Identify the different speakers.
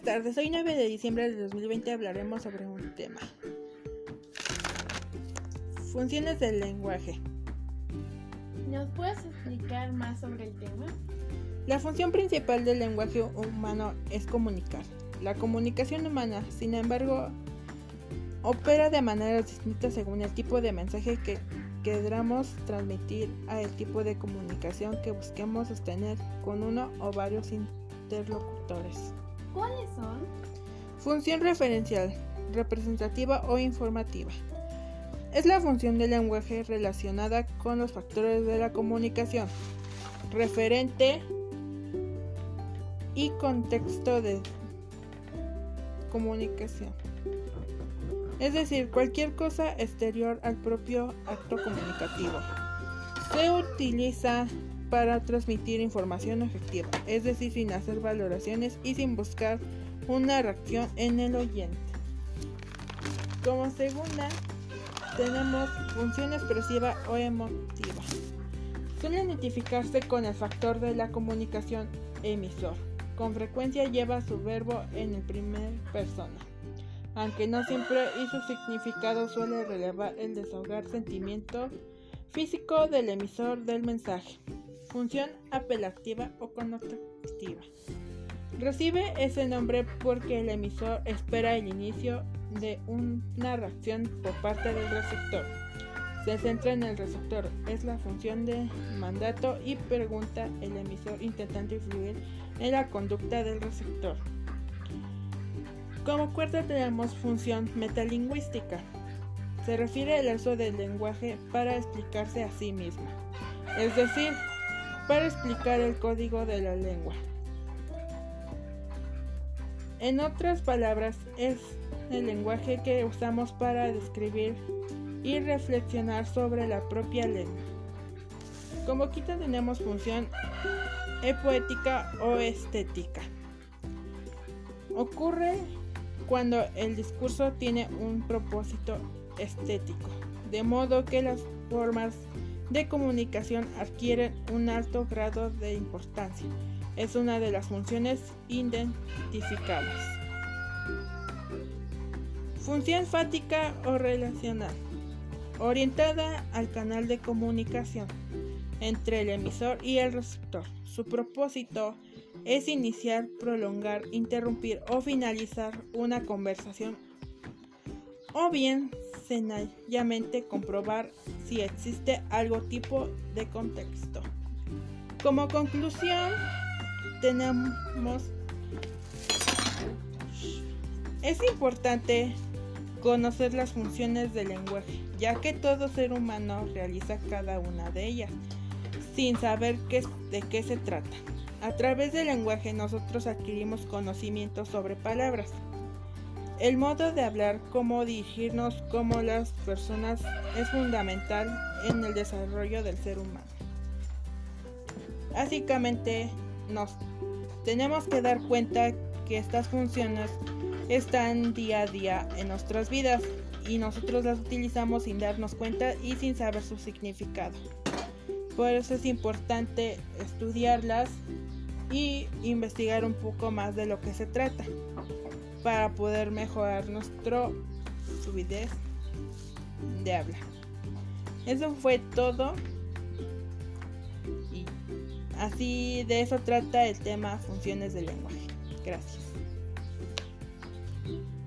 Speaker 1: tardes, hoy 9 de diciembre de 2020 hablaremos sobre un tema: funciones del lenguaje.
Speaker 2: ¿Nos puedes explicar más sobre el tema?
Speaker 1: La función principal del lenguaje humano es comunicar. La comunicación humana, sin embargo, opera de maneras distintas según el tipo de mensaje que queramos transmitir a el tipo de comunicación que busquemos sostener con uno o varios interlocutores.
Speaker 2: ¿Cuáles son?
Speaker 1: Función referencial, representativa o informativa. Es la función del lenguaje relacionada con los factores de la comunicación, referente y contexto de comunicación. Es decir, cualquier cosa exterior al propio acto comunicativo. Se utiliza para transmitir información efectiva, es decir, sin hacer valoraciones y sin buscar una reacción en el oyente. Como segunda, tenemos función expresiva o emotiva. Suele identificarse con el factor de la comunicación emisor. Con frecuencia lleva su verbo en el primer persona, aunque no siempre, y su significado suele relevar el desahogar sentimiento físico del emisor del mensaje. Función apelativa o connotativa. Recibe ese nombre porque el emisor espera el inicio de una reacción por parte del receptor. Se centra en el receptor, es la función de mandato y pregunta el emisor intentando influir en la conducta del receptor. Como cuarta tenemos función metalingüística. Se refiere al uso del lenguaje para explicarse a sí mismo, es decir, para explicar el código de la lengua. En otras palabras, es el lenguaje que usamos para describir y reflexionar sobre la propia lengua. Como quinta tenemos función poética o estética. Ocurre cuando el discurso tiene un propósito estético, de modo que las formas de comunicación adquieren un alto grado de importancia. Es una de las funciones identificables. Función fática o relacional, orientada al canal de comunicación entre el emisor y el receptor. Su propósito es iniciar, prolongar, interrumpir o finalizar una conversación, o bien sencillamente comprobar si existe algún tipo de contexto. Como conclusión, es importante conocer las funciones del lenguaje, ya que todo ser humano realiza cada una de ellas, sin saber de qué se trata. A través del lenguaje nosotros adquirimos conocimientos sobre palabras, el modo de hablar, cómo dirigirnos como las personas es fundamental en el desarrollo del ser humano. Básicamente nos tenemos que dar cuenta que estas funciones están día a día en nuestras vidas y nosotros las utilizamos sin darnos cuenta y sin saber su significado. Por eso es importante estudiarlas y investigar un poco más de lo que se trata para poder mejorar nuestra fluidez de habla. Eso fue todo y así de eso trata el tema funciones del lenguaje. Gracias.